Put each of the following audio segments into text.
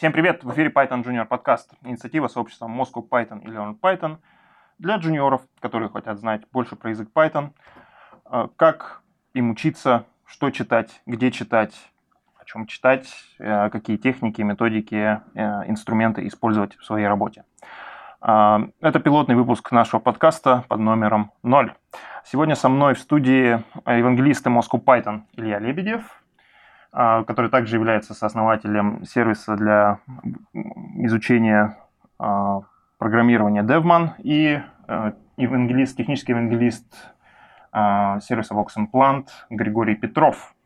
Всем привет! В эфире Python Junior подкаст. Инициатива сообщества Moscow Python и Learn Python для джуниоров, которые хотят знать больше про язык Python, как им учиться, что читать, где читать, о чем читать, какие техники, методики, инструменты использовать в своей работе. Это пилотный выпуск нашего подкаста под номером 0. Сегодня со мной в студии евангелисты Moscow Python Илья Лебедев, который также является сооснователем сервиса для изучения программирования DevMan, и технический евангелист сервиса VoxImplant Григорий Петров.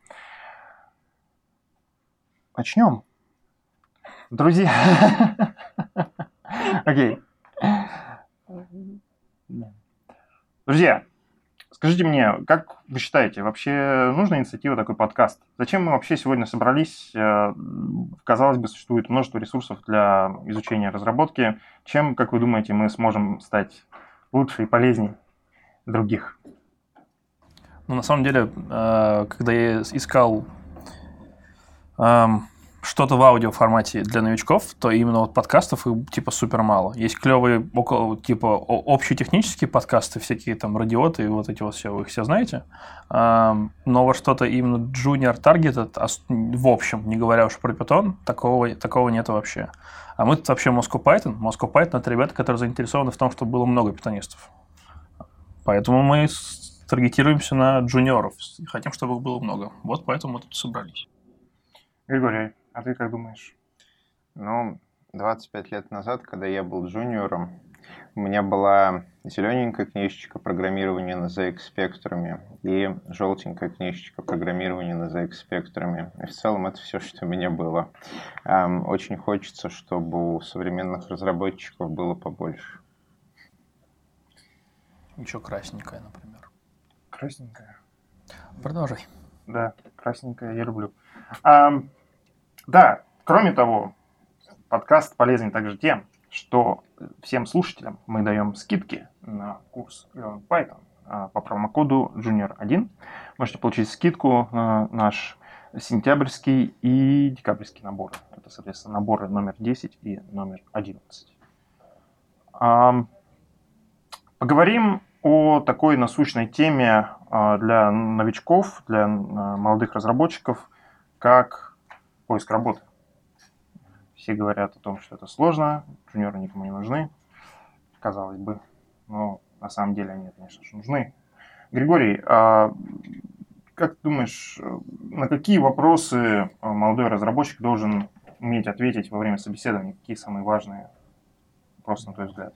Начнем. Друзья. Окей. Друзья, скажите мне, как вы считаете, вообще нужна инициатива такой подкаст? Зачем мы вообще сегодня собрались? Казалось бы, существует множество ресурсов для изучения разработки. Чем, как вы думаете, мы сможем стать лучше и полезнее других? Ну, на самом деле, когда я искал что-то в аудиоформате для новичков, то именно вот подкастов типа супер мало. Есть клевые общетехнические подкасты, всякие там радиоты и вот эти вот все, вы их все знаете. Но вот что-то именно junior targeted, в общем, не говоря уж про Python, такого нет вообще. А мы тут вообще Moscow Python. Moscow Python — это ребята, которые заинтересованы в том, чтобы было много питонистов. Поэтому мы таргетируемся на джуниоров. Хотим, чтобы их было много. Вот поэтому мы тут собрались. Григорий, а ты как думаешь? 25 лет назад, когда я был джуниором, у меня была зелененькая книжечка программирования на ZX Spectrum и желтенькая книжечка программирования на ZX Spectrum. И в целом это все, что у меня было. Очень хочется, чтобы у современных разработчиков было побольше. Еще красненькая, например. Красненькая? Продолжай. Да, красненькая я люблю. Да, кроме того, подкаст полезен также тем, что всем слушателям мы даем скидки на курс Learn Python по промокоду Junior1. Можете получить скидку на наш сентябрьский и декабрьский наборы. Это, соответственно, наборы номер 10 и номер 11. Поговорим о такой насущной теме для новичков, для молодых разработчиков, как поиск работы. Все говорят о том, что это сложно, джуниоры никому не нужны, казалось бы, но на самом деле они, конечно же, нужны. Григорий, как ты думаешь, на какие вопросы молодой разработчик должен уметь ответить во время собеседования? Какие самые важные вопросы, на твой взгляд?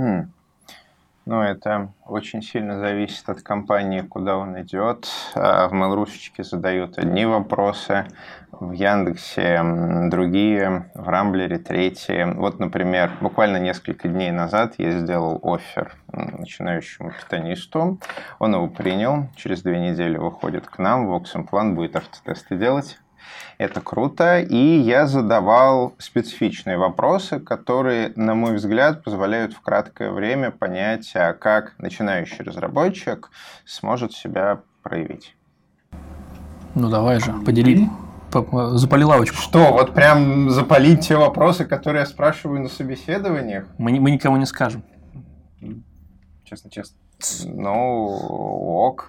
Это очень сильно зависит от компании, куда он идет. В Mail.ru задают одни вопросы, в Яндексе другие, в Рамблере третьи. Вот, например, буквально несколько дней назад я сделал оффер начинающему питонисту. Он его принял, через 2 недели выходит к нам, VoxImplant будет автотесты делать. Это круто, и я задавал специфичные вопросы, которые, на мой взгляд, позволяют в краткое время понять, как начинающий разработчик сможет себя проявить. Ну давай же, подели, запали лавочку. Что, вот прям запалить те вопросы, которые я спрашиваю на собеседованиях? Мы никому не скажем. Честно. Ок.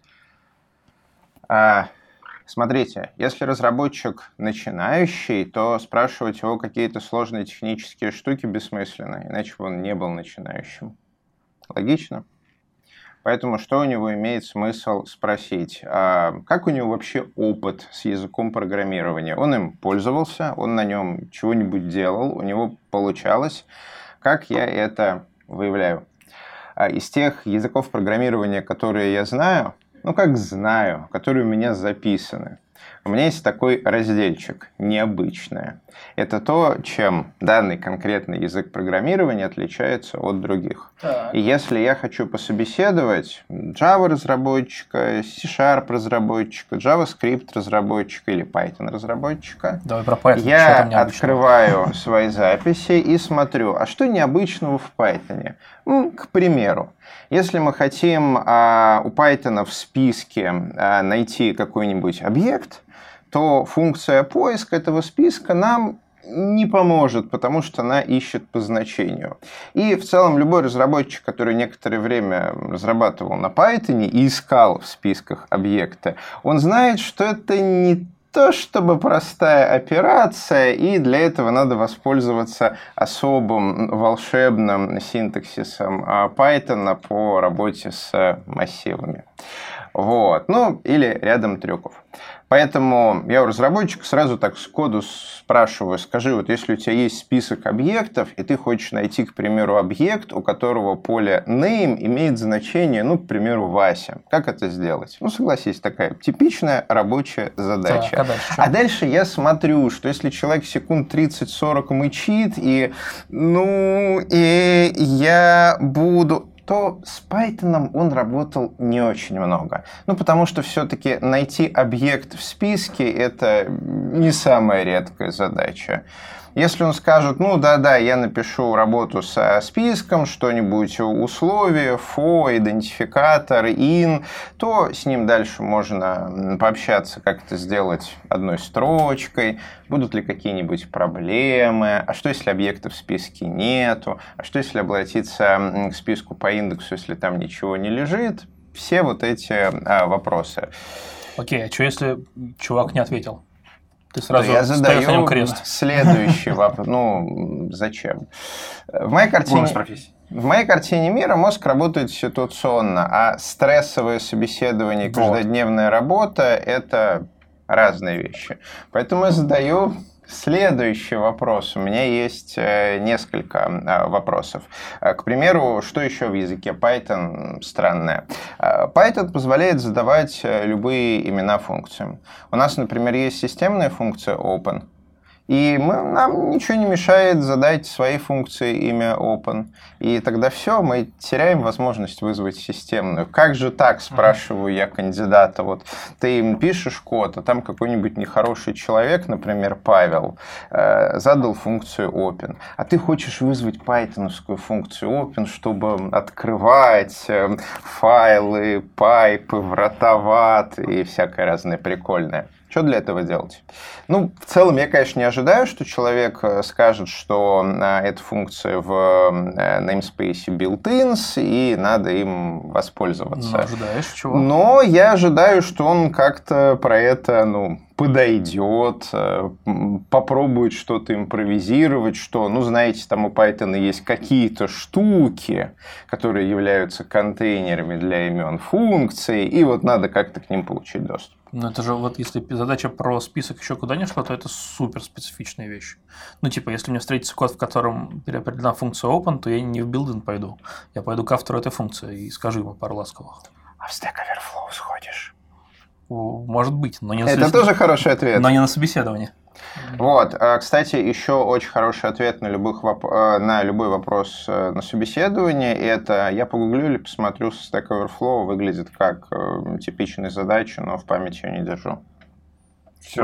Смотрите, если разработчик начинающий, то спрашивать его какие-то сложные технические штуки бессмысленно, иначе бы он не был начинающим. Логично? Поэтому что у него имеет смысл спросить? Как у него вообще опыт с языком программирования? Он им пользовался, он на нем чего-нибудь делал, у него получалось. Как я это выявляю? Из тех языков программирования, которые я знаю, которые у меня записаны. У меня есть такой разделчик «Необычное». Это то, чем данный конкретный язык программирования отличается от других. Так. И если я хочу пособеседовать Java-разработчика, C-Sharp-разработчика, JavaScript-разработчика или Python-разработчика, я открываю свои записи и смотрю, а что необычного в Python? К примеру, если мы хотим у Python в списке найти какой-нибудь объект, то функция поиска этого списка нам не поможет, потому что она ищет по значению. И в целом любой разработчик, который некоторое время разрабатывал на Python и искал в списках объекты, он знает, что это не то чтобы простая операция, и для этого надо воспользоваться особым волшебным синтаксисом Python по работе с массивами. Вот. Ну, или рядом трюков. Поэтому я у разработчика сразу так сходу спрашиваю, скажи, вот если у тебя есть список объектов, и ты хочешь найти, к примеру, объект, у которого поле name имеет значение, ну, к примеру, Вася. Как это сделать? Ну, согласись, такая типичная рабочая задача. Так, а дальше я смотрю, что если человек секунд 30-40 мычит, и я буду... то с Python он работал не очень много. Ну, потому что все-таки найти объект в списке – это не самая редкая задача. Если он скажет, ну да, я напишу работу со списком, что-нибудь условие, for, идентификатор, in, то с ним дальше можно пообщаться, как это сделать одной строчкой, будут ли какие-нибудь проблемы, а что если объекта в списке нету, а что если обратиться к списку по индексу, если там ничего не лежит, все вот эти вопросы. Окей, а что если чувак не ответил? Ты сразу я ставишь на нем задаю крест. следующий вопрос. Ну, зачем? В моей картине мира мозг работает ситуационно, а стрессовое собеседование и каждодневная работа – это разные вещи. Поэтому я задаю следующий вопрос. У меня есть несколько вопросов. К примеру, что еще в языке Python странное? Python позволяет задавать любые имена функциям. У нас, например, есть системная функция open. И нам ничего не мешает задать своей функции имя open. И тогда все, мы теряем возможность вызвать системную. Как же так, спрашиваю я кандидата. Вот ты им пишешь код, а там какой-нибудь нехороший человек, например, Павел, задал функцию open. А ты хочешь вызвать пайтоновскую функцию open, чтобы открывать файлы, пайпы, вратоват и всякое разное прикольное. Что для этого делать? Ну, в целом, я, конечно, не ожидаю, что человек скажет, что эта функция в namespace built-ins, и надо им воспользоваться. Ну, ожидаешь чего? Но я ожидаю, что он как-то про это, подойдет, попробует что-то импровизировать, что, знаете, там у Python есть какие-то штуки, которые являются контейнерами для имен функций, и вот надо как-то к ним получить доступ. Ну, это же вот если задача про список еще куда ни шла, то это супер специфичная вещь. Ну, типа, если мне встретится код, в котором переопределена функция open, то я не в build-in пойду. Я пойду к автору этой функции и скажу ему пару ласковых. А в Stack Overflow сходишь? Может быть, но не на Это тоже хороший ответ. Но не на собеседовании. Вот, кстати, еще очень хороший ответ на любой вопрос на собеседовании. Это я погуглю или посмотрю со Stack Overflow, выглядит как типичная задача, но в памяти я не держу. Все.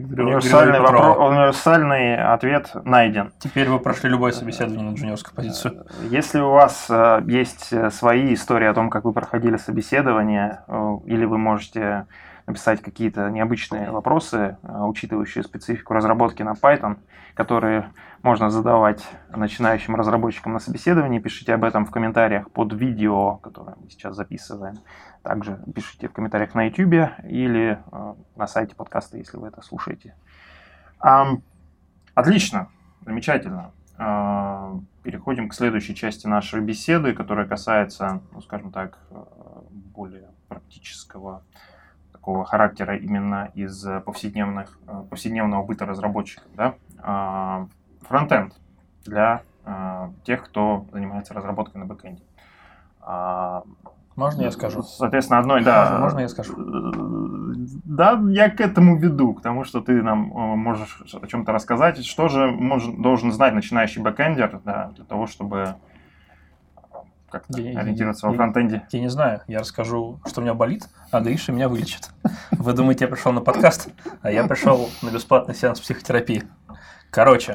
Универсальный ответ найден. Теперь вы прошли любое собеседование на джуниорскую позицию. Если у вас есть свои истории о том, как вы проходили собеседование, или вы можете написать какие-то необычные вопросы, учитывающие специфику разработки на Python, которые можно задавать начинающим разработчикам на собеседовании, пишите об этом в комментариях под видео, которое мы сейчас записываем. Также пишите в комментариях на YouTube или на сайте подкаста, если вы это слушаете. Отлично, замечательно. Переходим к следующей части нашей беседы, которая касается, скажем так, более практического такого характера именно из повседневного быта разработчиков. Да? Фронтенд для тех, кто занимается разработкой на бэкэнде. Можно я скажу? Соответственно, Можно я скажу? Да, я к этому веду, к тому, что ты нам можешь о чем-то рассказать. Что же должен знать начинающий бэкэндер, да, для того, чтобы как-то ориентироваться во фронтенде? Я не знаю. Я расскажу, что у меня болит, а Гриша меня вылечит. Вы думаете, я пришел на подкаст, а я пришел на бесплатный сеанс психотерапии. Короче.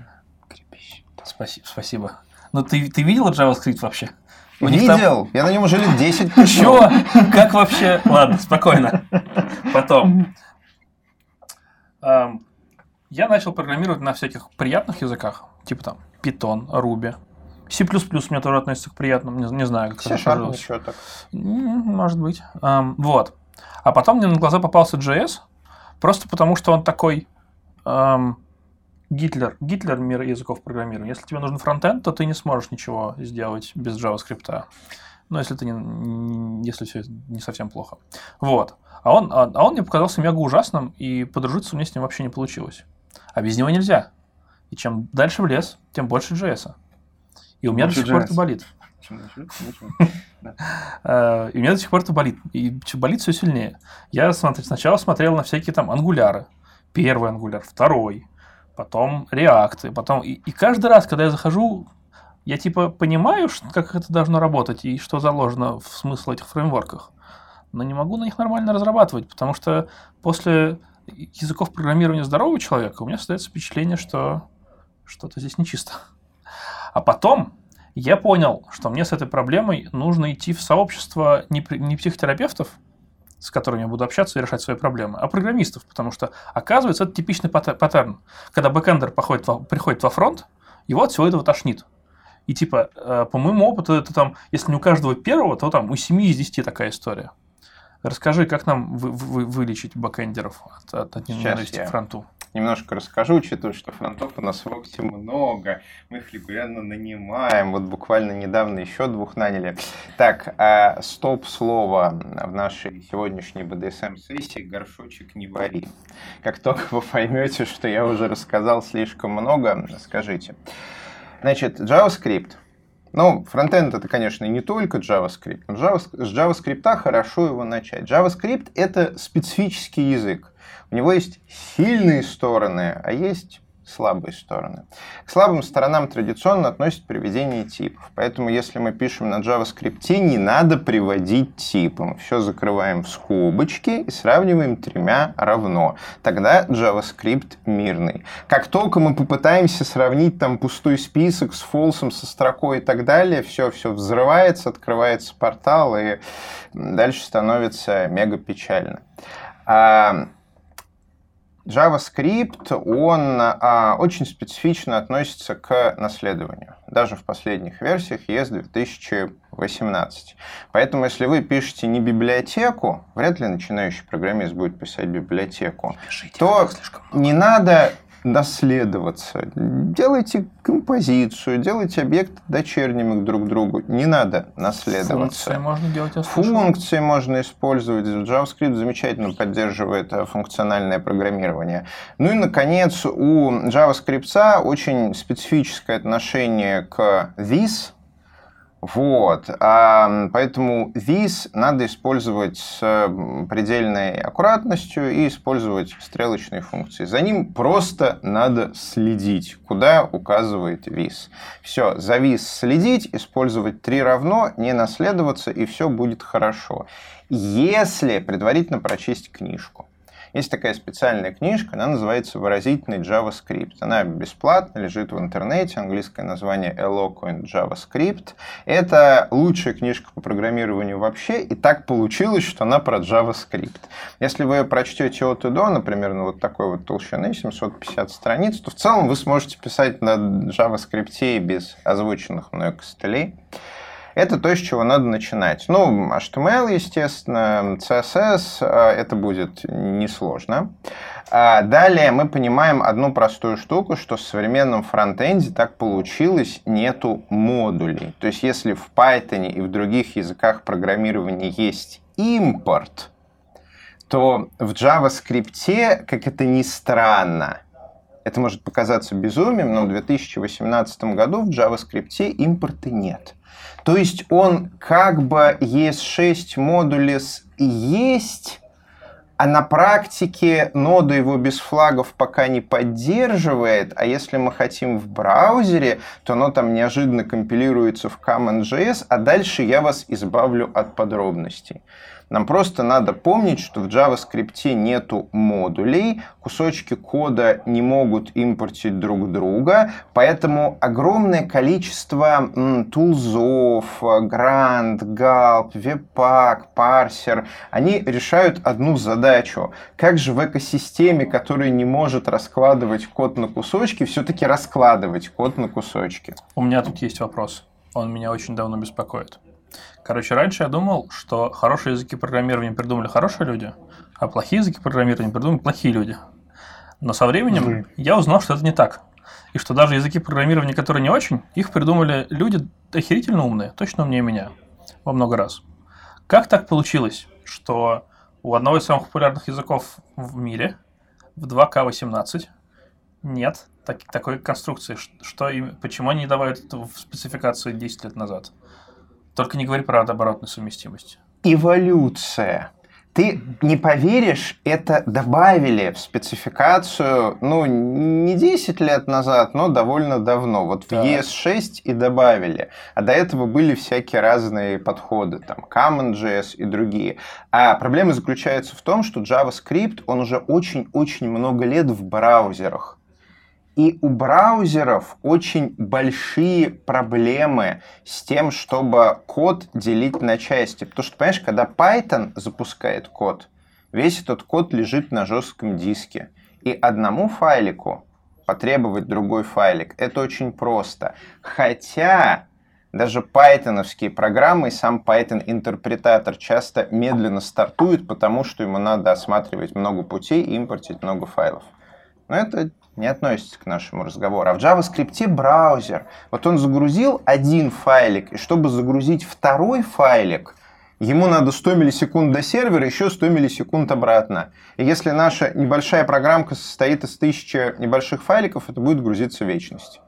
Спасибо. Ну, ты видел JavaScript вообще? Видел? Я на нем уже лет 10 пишу. Чё? Как вообще? Ладно, спокойно. Потом. Я начал программировать на всяких приятных языках, типа там Python, Ruby. C++ мне тоже относится к приятным, не знаю, как это сложилось. Еще так. Может быть. Вот. А потом мне на глаза попался JS, просто потому что он такой Гитлер мира языков программирования. Если тебе нужен фронтенд, то ты не сможешь ничего сделать без JavaScript. Ну, если все не совсем плохо. Вот. А он мне показался мега ужасным, и подружиться мне с ним вообще не получилось. А без него нельзя. И чем дальше в лес, тем больше JS. И у меня до сих пор это болит. И у меня до сих пор это болит. И болит все сильнее. Я сначала смотрел на всякие там ангуляры. Первый ангуляр, второй. Потом реакты. Потом... И каждый раз, когда я захожу, я типа понимаю, как это должно работать и что заложено в смысл этих фреймворках. Но не могу на них нормально разрабатывать, потому что после языков программирования здорового человека у меня создается впечатление, что что-то здесь нечисто. А потом я понял, что мне с этой проблемой нужно идти в сообщество не психотерапевтов, с которыми я буду общаться и решать свои проблемы, а программистов, потому что, оказывается, это типичный паттерн. Когда бэкэндер приходит во фронт, его от всего этого тошнит. И типа, по моему опыту, это там, если не у каждого первого, то там у 7 из 10 такая история. Расскажи, как нам вылечить бэкэндеров от ненависти к фронту? Немножко расскажу, учитывая, что фронтов у нас в Окте много, мы их регулярно нанимаем, вот буквально недавно еще 2 наняли. Так, стоп-слово в нашей сегодняшней BDSM-сессии «горшочек не вари». Как только вы поймете, что я уже рассказал слишком много, скажите. Значит, JavaScript. Ну, фронтенд это, конечно, не только JavaScript, но с JavaScript хорошо его начать. JavaScript это специфический язык. У него есть сильные стороны, а есть слабые стороны. К слабым сторонам традиционно относят приведение типов. Поэтому, если мы пишем на JavaScript, не надо приводить типы. Мы все закрываем в скобочки и сравниваем 3 равно. Тогда JavaScript мирный. Как только мы попытаемся сравнить там пустой список с фолсом, со строкой и так далее, все взрывается, открывается портал, и дальше становится мега печально. JavaScript, он очень специфично относится к наследованию, даже в последних версиях ES 2018. Поэтому, если вы пишете не библиотеку, вряд ли начинающий программист будет писать библиотеку, то не надо наследоваться. Делайте композицию, делайте объекты дочерними друг к другу. Не надо наследоваться. Функции можно делать. Функции можно использовать. JavaScript замечательно поддерживает функциональное программирование. Ну и, наконец, у JavaScript очень специфическое отношение к this. Вот, поэтому this надо использовать с предельной аккуратностью и использовать стрелочные функции. За ним просто надо следить, куда указывает this. Все, за this следить, использовать 3 равно, не наследоваться, и все будет хорошо. Если предварительно прочесть книжку. Есть такая специальная книжка, она называется «Выразительный JavaScript». Она бесплатно лежит в интернете, английское название Eloquent JavaScript. Это лучшая книжка по программированию вообще, и так получилось, что она про JavaScript. Если вы прочтете от и до, например, на вот такой вот толщины, 750 страниц, то в целом вы сможете писать на JavaScript без озвученных мной костылей. Это то, с чего надо начинать. Ну, HTML, естественно, CSS, это будет несложно. Далее мы понимаем одну простую штуку, что в современном фронтенде так получилось, нету модулей. То есть, если в Python и в других языках программирования есть импорт, то в JavaScript, как это ни странно, это может показаться безумием, но в 2018 году в JavaScript импорта нет. То есть он как бы ES6 модулес есть, а на практике нода его без флагов пока не поддерживает, а если мы хотим в браузере, то оно там неожиданно компилируется в Common.js, а дальше я вас избавлю от подробностей. Нам просто надо помнить, что в JavaScript нету модулей, кусочки кода не могут импортить друг друга, поэтому огромное количество тулзов, Grunt, Gulp, Webpack, парсер, они решают одну задачу. Как же в экосистеме, которая не может раскладывать код на кусочки, все-таки раскладывать код на кусочки? У меня тут есть вопрос. Он меня очень давно беспокоит. Короче, раньше я думал, что хорошие языки программирования придумали хорошие люди, а плохие языки программирования придумали плохие люди. Но со временем я узнал, что это не так. И что даже языки программирования, которые не очень, их придумали люди охерительно умные, точно умнее меня, во много раз. Как так получилось, что у одного из самых популярных языков в мире, в 2К18, нет такой конструкции? Почему они не добавят это в спецификацию 10 лет назад? Только не говори про оборотную совместимость. Эволюция. Ты не поверишь, это добавили в спецификацию, не 10 лет назад, но довольно давно. Вот в ES6 и добавили. А до этого были всякие разные подходы, там, Common.js и другие. А проблема заключается в том, что JavaScript, он уже очень-очень много лет в браузерах. И у браузеров очень большие проблемы с тем, чтобы код делить на части. Потому что, понимаешь, когда Python запускает код, весь этот код лежит на жестком диске. И одному файлику потребовать другой файлик – это очень просто. Хотя даже пайтоновские программы и сам Python-интерпретатор часто медленно стартует, потому что ему надо осматривать много путей и импортить много файлов. Но это не относится к нашему разговору. А в JavaScript браузер. Вот он загрузил один файлик, и чтобы загрузить второй файлик, ему надо 100 миллисекунд до сервера, еще 100 миллисекунд обратно. И если наша небольшая программка состоит из 1000 небольших файликов, это будет грузиться вечность.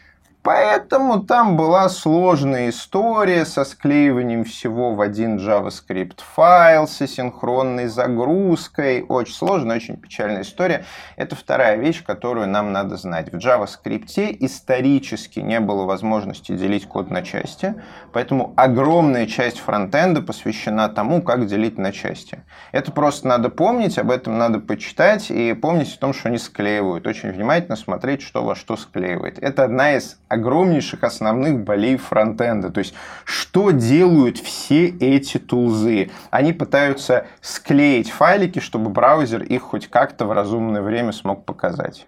Поэтому там была сложная история со склеиванием всего в один JavaScript файл, с асинхронной загрузкой. Очень сложная, очень печальная история. Это вторая вещь, которую нам надо знать. В JavaScript исторически не было возможности делить код на части, поэтому огромная часть фронтенда посвящена тому, как делить на части. Это просто надо помнить, об этом надо почитать и помнить о том, что они склеивают. Очень внимательно смотреть, что во что склеивает. Это одна из огромнейших основных болей фронтенда. То есть, что делают все эти тулзы? Они пытаются склеить файлики, чтобы браузер их хоть как-то в разумное время смог показать.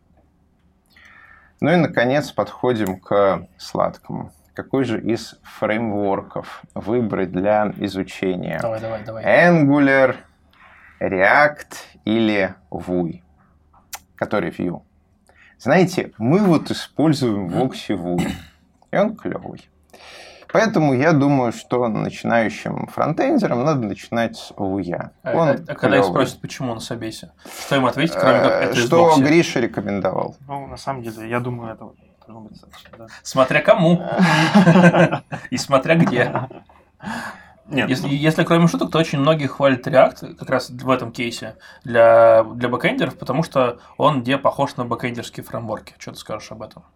Ну и, наконец, подходим к сладкому. Какой же из фреймворков выбрать для изучения? Давай. Angular, React или Vue? Который Vue? Знаете, мы вот используем Voxy Vue, и он клевый. Поэтому я думаю, что начинающим фронтендерам надо начинать с Vue. Когда их спросят, почему на собесе, что им ответить, кроме как это из Что Voxy? Гриша рекомендовал? На самом деле, я думаю, это должно быть достаточно, да. Смотря кому. И смотря где. Нет. Если кроме шуток, то очень многие хвалят React, как раз в этом кейсе, для бэкэндеров, потому что он где похож на бэкэндерские фреймворки. Что ты скажешь об этом?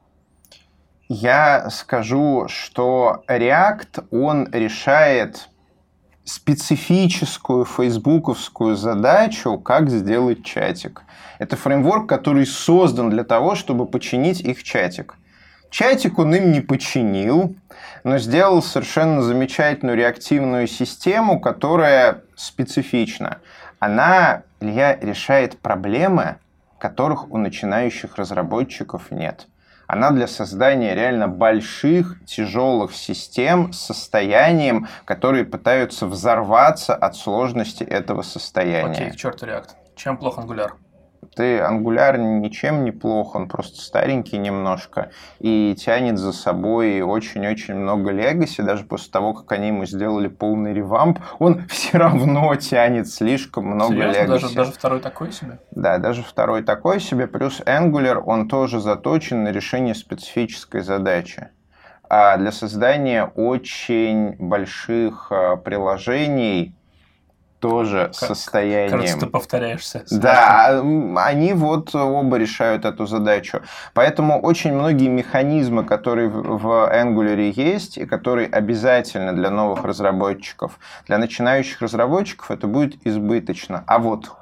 Я скажу, что React, он решает специфическую фейсбуковскую задачу, как сделать чатик. Это фреймворк, который создан для того, чтобы починить их чатик. Чатик он им не починил, но сделал совершенно замечательную реактивную систему, которая специфична. Она, Илья, решает проблемы, которых у начинающих разработчиков нет. Она для создания реально больших, тяжелых систем с состоянием, которые пытаются взорваться от сложности этого состояния. Окей, к черту React. Чем плох Angular? Angular ничем не плох, он просто старенький немножко и тянет за собой очень-очень много легаси. Даже после того, как они ему сделали полный ревамп, он все равно тянет слишком много легаси. Даже второй такой себе? Да, даже второй такой себе. Плюс Angular, он тоже заточен на решение специфической задачи. А для создания очень больших приложений тоже состоянием. Кажется, ты повторяешься. Да, они вот оба решают эту задачу. Поэтому очень многие механизмы, которые в Angular есть, и которые обязательны для новых разработчиков, для начинающих разработчиков это будет избыточно. А вот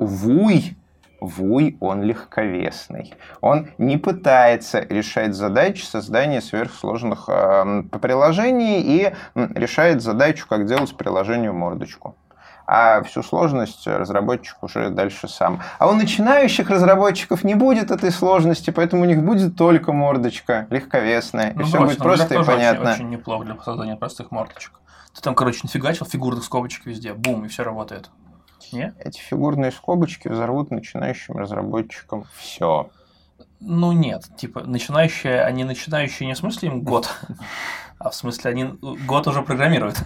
Vue, он легковесный. Он не пытается решать задачи создания сверхсложных приложений и решает задачу, как делать приложению мордочку. А всю сложность разработчик уже дальше сам. А у начинающих разработчиков не будет этой сложности, поэтому у них будет только мордочка легковесная. И все будет просто и понятно. Очень неплохо для создания простых мордочек. Ты там, короче, нафигачил фигурных скобочек везде, бум, и все работает. Не? Эти фигурные скобочки взорвут начинающим разработчикам все. Ну нет, типа начинающие, они начинающие не в смысле им год, а в смысле они год уже программируют.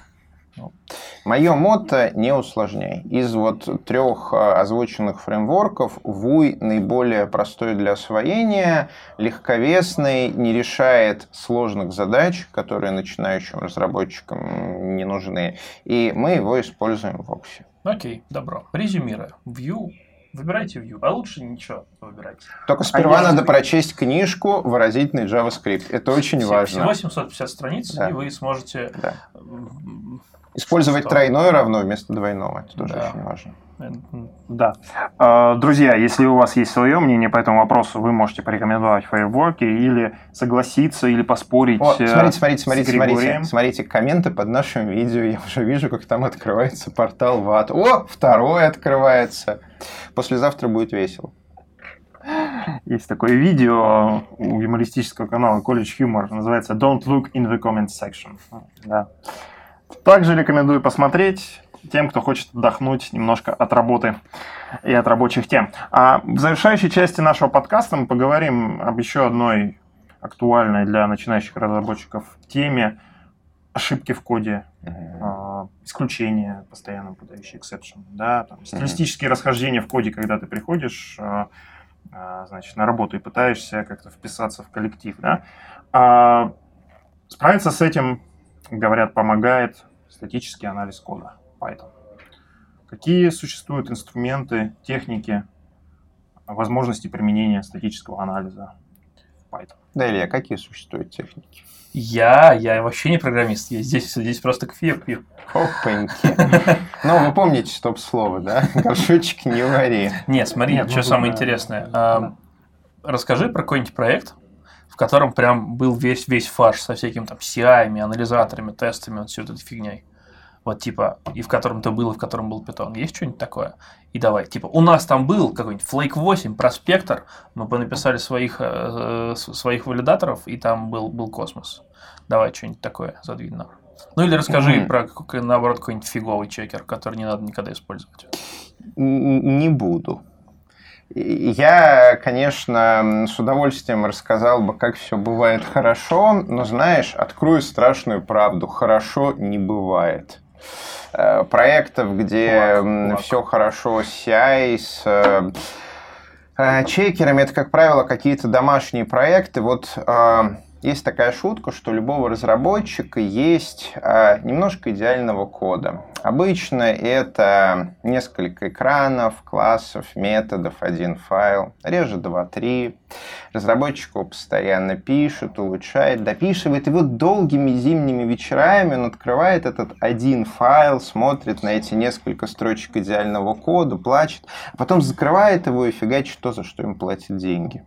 Мое мотто – не усложняй. Из вот 3 озвученных фреймворков Vue наиболее простой для освоения, легковесный, не решает сложных задач, которые начинающим разработчикам не нужны. И мы его используем в Oxy. Окей, добро. Резюмируя. Vue. Выбирайте Vue, а лучше ничего выбирайте. Только сперва надо прочесть книжку «Выразительный JavaScript». Это очень важно. Всего 750 страниц, да. И вы сможете... Да. Использовать тройное равно вместо двойного. Это тоже очень важно. Да. Друзья, если у вас есть свое мнение по этому вопросу, вы можете порекомендовать фреймворки или согласиться, или поспорить. Смотрите, комменты под нашим видео. Я уже вижу, как там открывается портал ВАД. О, второй открывается. Послезавтра будет весело. Есть такое видео у юмористического канала College Humor, называется «Don't look in the comments section». Да. Также рекомендую посмотреть тем, кто хочет отдохнуть немножко от работы и от рабочих тем. А в завершающей части нашего подкаста мы поговорим об еще одной актуальной для начинающих разработчиков теме — ошибки в коде, исключения, постоянно подающие exception, да, там, стилистические расхождения в коде, когда ты приходишь, значит, на работу и пытаешься как-то вписаться в коллектив. Да? Справиться с этим, говорят, помогает статический анализ кода Python. Какие существуют инструменты, техники, возможности применения статического анализа в Python? Да, Илья, какие существуют техники? Я вообще не программист, я здесь просто кофе пью. Опаньки. Ну, вы помните стоп-слово, да? Горшочек не вари. Нет, смотри, что самое интересное. Расскажи про какой-нибудь проект, в котором прям был весь фарш со всякими там CI-ами, анализаторами, тестами, вот всей этой фигней. Вот типа, и в котором ты был, и в котором был Python. Есть что-нибудь такое? И давай, типа, у нас там был какой-нибудь Flake 8, Prospector, мы понаписали своих валидаторов, и там был космос. Давай что-нибудь такое задвинь нам. Ну или расскажи про, наоборот, какой-нибудь фиговый чекер, который не надо никогда использовать. Не буду. Я, конечно, с удовольствием рассказал бы, как все бывает хорошо, но, знаешь, открою страшную правду. Хорошо не бывает. Проектов, где все хорошо с CI, с чекерами, это, как правило, какие-то домашние проекты. Вот есть такая шутка, что у любого разработчика есть немножко идеального кода. Обычно это несколько экранов, классов, методов, один файл, реже 2-3. Разработчик его постоянно пишет, улучшает, дописывает. И вот долгими зимними вечерами он открывает этот один файл, смотрит на эти несколько строчек идеального кода, плачет, а потом закрывает его и фигачит то, за что им платят деньги.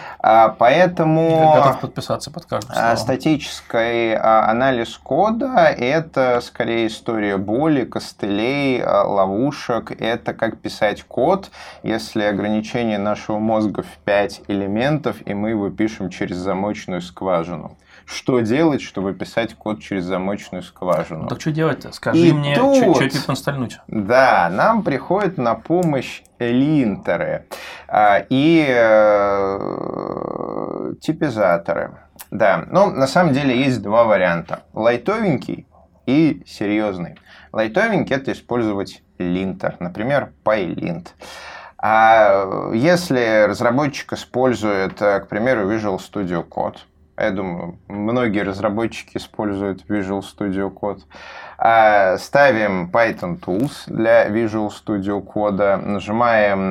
Поэтому готов подписаться под каждым словом. Статический анализ кода – это скорее история боли, костылей, ловушек. Это как писать код, если ограничение нашего мозга в 5 элементов, и мы его пишем через замочную скважину. Что делать, чтобы писать код через замочную скважину? Ну, так что делать-то? Скажи мне, что типа инсталльнуть. Да, нам приходят на помощь линтеры и типизаторы. Да, но на самом деле есть два варианта. Лайтовенький и серьезный. Лайтовенький – это использовать линтер, например, PyLint. А если разработчик использует, к примеру, Visual Studio Code, Я думаю, многие разработчики используют Visual Studio Code. Ставим Python Tools для Visual Studio Code, нажимаем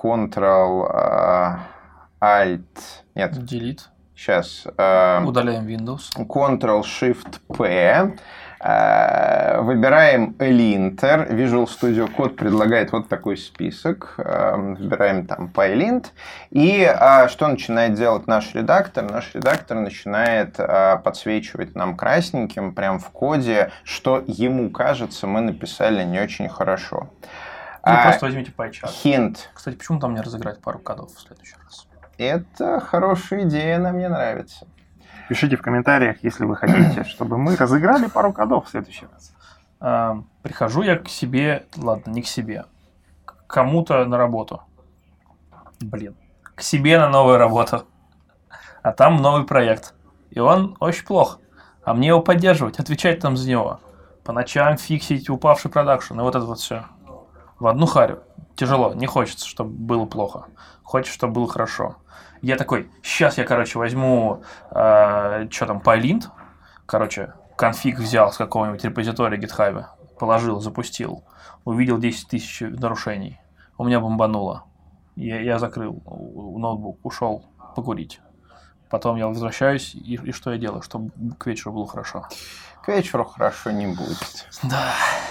Delete. Сейчас. Удаляем Windows. Ctrl-Shift-P. Выбираем linter. Visual Studio Code предлагает вот такой список. Выбираем там PyLint. И что начинает делать наш редактор? Наш редактор начинает подсвечивать нам красненьким прямо в коде, что ему кажется, мы написали не очень хорошо. Или просто возьмите PyChart. Хинт. Кстати, почему там не разыграть пару кодов в следующий раз? Это хорошая идея, она мне нравится. Пишите в комментариях, если вы хотите, чтобы мы разыграли пару кодов в следующий раз. Прихожу я к себе, ладно, не к себе, к кому-то на работу. К себе на новую работу. А там новый проект. И он очень плох. А мне его поддерживать, отвечать там за него. По ночам фиксить упавший продакшн. И вот это вот все. В одну харю. Тяжело. Не хочется, чтобы было плохо. Хочется, чтобы было хорошо. Я такой, сейчас я, возьму, PyLint. Конфиг взял с какого-нибудь репозитория GitHub. Положил, запустил. Увидел 10 тысяч нарушений. У меня бомбануло. Я закрыл ноутбук, ушел покурить. Потом я возвращаюсь, и что я делаю, чтобы к вечеру было хорошо? К вечеру хорошо не будет. Да.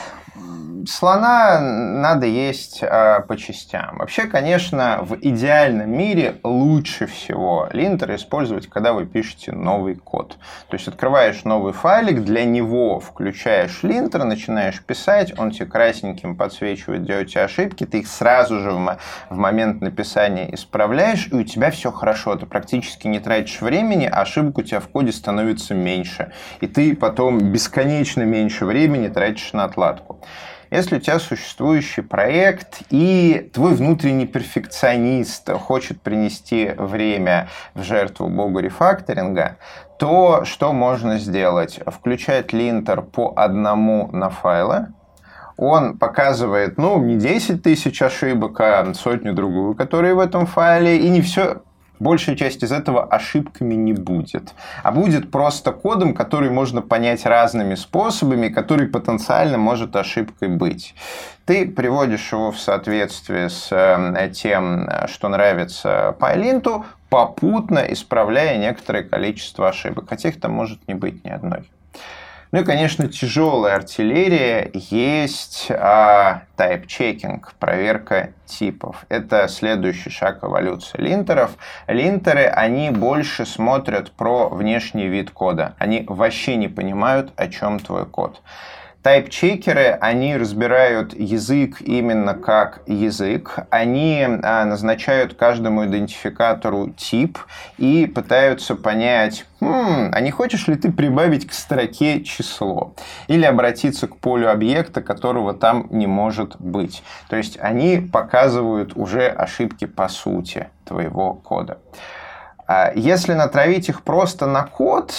Слона надо есть по частям. Вообще, конечно, в идеальном мире лучше всего линтер использовать, когда вы пишете новый код. То есть открываешь новый файлик, для него включаешь линтер, начинаешь писать, он тебе красненьким подсвечивает, где у тебя ошибки, ты их сразу же в момент написания исправляешь, и у тебя все хорошо. Ты практически не тратишь времени, а ошибок у тебя в коде становится меньше. И ты потом бесконечно меньше времени тратишь на отладку. Если у тебя существующий проект, и твой внутренний перфекционист хочет принести время в жертву богу рефакторинга, то что можно сделать? Включать линтер по одному на файлы. Он показывает, не 10 тысяч ошибок, а сотню-другую, которые в этом файле, и не все... Большая часть из этого ошибками не будет. А будет просто кодом, который можно понять разными способами, который потенциально может ошибкой быть. Ты приводишь его в соответствие с тем, что нравится PyLint, попутно исправляя некоторое количество ошибок. Хотя их там может не быть ни одной. Ну и, конечно, тяжелая артиллерия есть type-checking, проверка типов. Это следующий шаг эволюции линтеров. Линтеры, они больше смотрят про внешний вид кода. Они вообще не понимают, о чем твой код. Тайп-чекеры, они разбирают язык именно как язык, они назначают каждому идентификатору тип и пытаются понять, а не хочешь ли ты прибавить к строке число или обратиться к полю объекта, которого там не может быть. То есть они показывают уже ошибки по сути твоего кода. Если натравить их просто на код,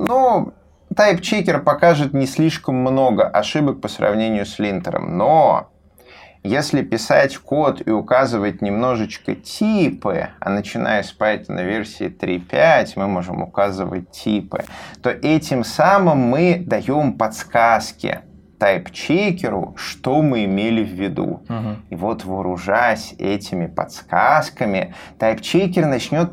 TypeChecker покажет не слишком много ошибок по сравнению с линтером, но если писать код и указывать немножечко типы, а начиная с Python версии 3.5 мы можем указывать типы, то этим самым мы даем подсказки тайп-чекеру, что мы имели в виду. И вот, вооружаясь этими подсказками, тайп-чекер начнет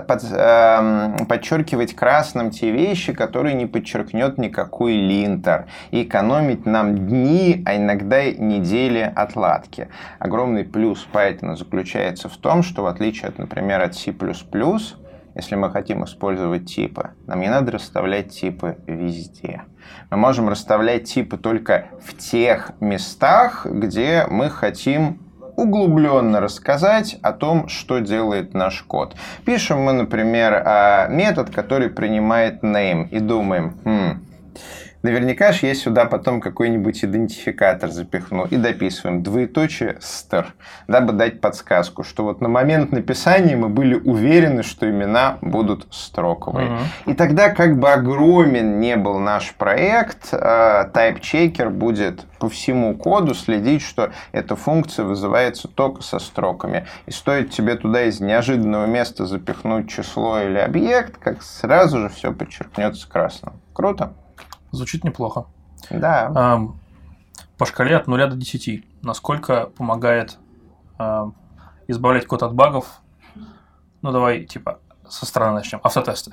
подчеркивать красным те вещи, которые не подчеркнет никакой линтер, и экономить нам дни, а иногда и недели отладки. Огромный плюс Python заключается в том, что в отличие от, например, от C++, если мы хотим использовать типы, нам не надо расставлять типы везде. Мы можем расставлять типы только в тех местах, где мы хотим углубленно рассказать о том, что делает наш код. Пишем мы, например, метод, который принимает name, и думаем, Наверняка же я сюда потом какой-нибудь идентификатор запихну и дописываем двоеточие «стр», дабы дать подсказку, что вот на момент написания мы были уверены, что имена будут строковые. И тогда как бы огромен не был наш проект, TypeChecker будет по всему коду следить, что эта функция вызывается только со строками. И стоит тебе туда из неожиданного места запихнуть число или объект, как сразу же все подчеркнется красным. Круто? Звучит неплохо. Да. По шкале от 0 до 10, насколько помогает избавлять код от багов? Ну, давай, типа, со стороны начнем. Автотесты.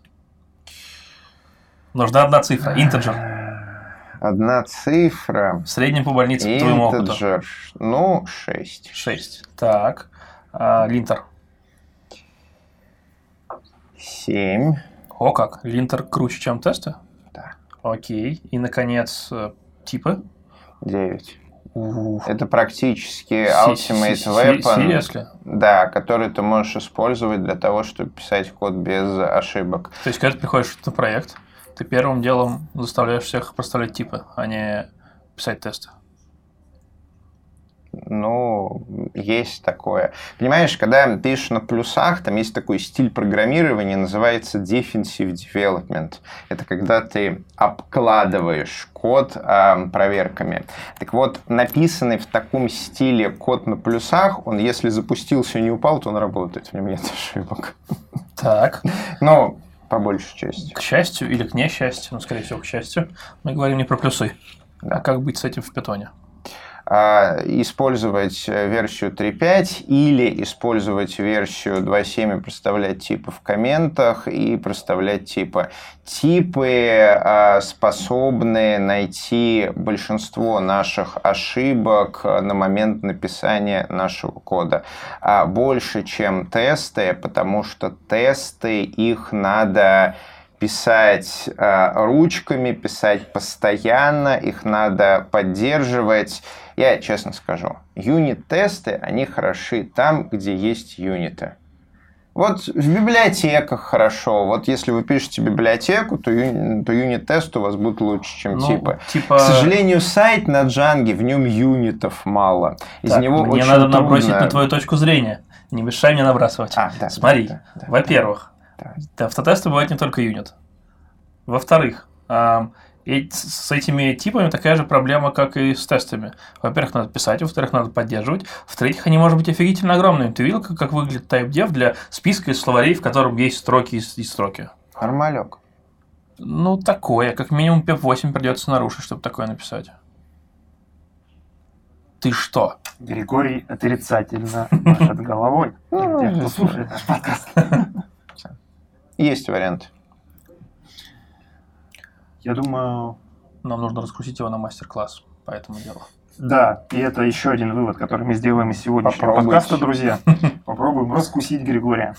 Нужна одна цифра. Интеджер. Одна цифра. В среднем по больнице, по твоему опыту. Интеджер. Ну, 6. 6. Так. Линтер. 7. О как. Линтер круче, чем тесты? Да. Окей. И, наконец, типы. 9. Ух. Это практически Ultimate Weapon. Seriously? Да, который ты можешь использовать для того, чтобы писать код без ошибок. То есть, когда ты приходишь на проект, ты первым делом заставляешь всех проставлять типы, а не писать тесты. Ну, есть такое. Понимаешь, когда пишешь на плюсах, там есть такой стиль программирования, называется defensive development. Это когда ты обкладываешь код проверками. Так вот, написанный в таком стиле код на плюсах, он, если запустился и не упал, то он работает, в нем нет ошибок. Так. Ну, по большей части. К счастью или к несчастью, ну, скорее всего, к счастью, мы говорим не про плюсы. Да. А как быть с этим в питоне? Использовать версию 3.5 или использовать версию 2.7 и проставлять типы в комментах и проставлять типы. Типы способны найти большинство наших ошибок на момент написания нашего кода. Больше, чем тесты, потому что тесты, их надо писать ручками, писать постоянно, их надо поддерживать. Я честно скажу, юнит-тесты, они хороши там, где есть юниты. Вот в библиотеках хорошо. Вот если вы пишете библиотеку, то юнит-тест у вас будет лучше, чем типы. К сожалению, сайт на Django, в нем юнитов мало. Из него мне очень надо трудно... набросить на твою точку зрения. Не мешай мне набрасывать. Смотри, во-первых, автотесты бывают не только юнит. Во-вторых, с этими типами такая же проблема, как и с тестами. Во-первых, надо писать, во-вторых, надо поддерживать. В-третьих, они могут быть офигительно огромными. Ты видел, как выглядит TypeDev для списка из словарей, в котором есть строки и строки? Нормалек. Ну, такое. Как минимум PEP8 придется нарушить, чтобы такое написать. Ты что? Григорий отрицательно машет головой. Те, кто слушает наш подкаст. Есть вариант. Я думаю... Нам нужно раскрутить его на мастер-класс по этому делу. Да, и это еще один вывод, который мы сделаем из сегодняшнего подкаста, друзья. Попробуем раскусить Григория.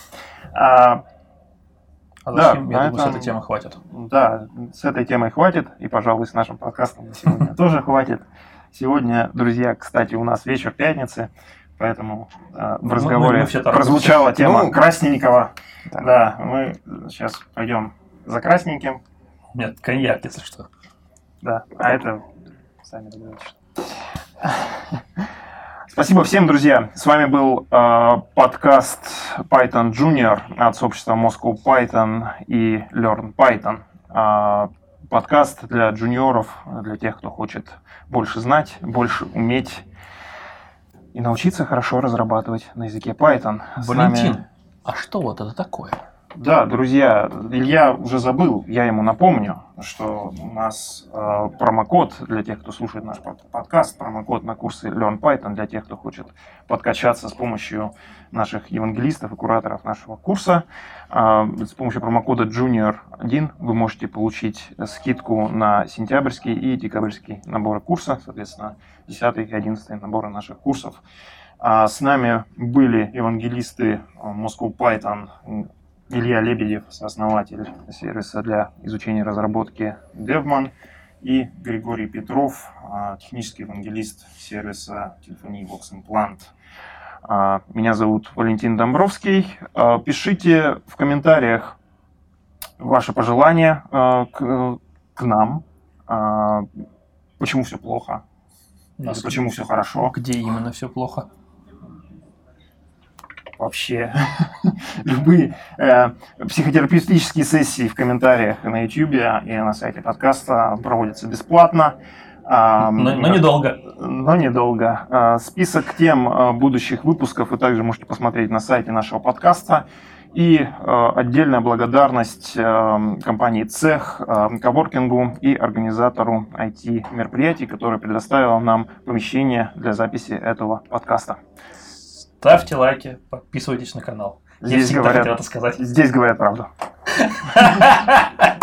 Зачем? Я думаю, с этой темы хватит. Да, с этой темой хватит, и, пожалуй, с нашим подкастом на сегодня тоже хватит. Сегодня, друзья, кстати, у нас вечер пятницы, поэтому в разговоре прозвучала тема красненького. Да, мы сейчас пойдем за красненьким. Нет, коньяк, если что. Да, а это сами догадайтесь. Спасибо всем, друзья. С вами был подкаст Python Junior от сообщества Moscow Python и Learn Python. Подкаст для джуниоров, для тех, кто хочет больше знать, больше уметь и научиться хорошо разрабатывать на языке Python. Валентин, а что вот это такое? Да, друзья, Илья уже забыл, я ему напомню, что у нас промокод для тех, кто слушает наш подкаст, промокод на курсы Learn Python для тех, кто хочет подкачаться с помощью наших евангелистов и кураторов нашего курса. С помощью промокода Junior1 вы можете получить скидку на сентябрьский и декабрьский наборы курса, соответственно, 10 и 11 наборы наших курсов. С нами были евангелисты Moscow Python, Илья Лебедев, сооснователь сервиса для изучения и разработки DevMan, и Григорий Петров, технический евангелист сервиса телефонии Vox Implant. Меня зовут Валентин Домбровский. Пишите в комментариях ваши пожелания к нам, почему все плохо, или почему все хорошо. Где именно все плохо? Вообще любые психотерапевтические сессии в комментариях на YouTube и на сайте подкаста проводятся бесплатно. Но недолго. Но недолго. Список тем будущих выпусков вы также можете посмотреть на сайте нашего подкаста. И отдельная благодарность компании Цех, коворкингу и организатору IT-мероприятий, который предоставил нам помещение для записи этого подкаста. Ставьте лайки, подписывайтесь на канал. Я всегда хотел это сказать. Здесь говорят правду.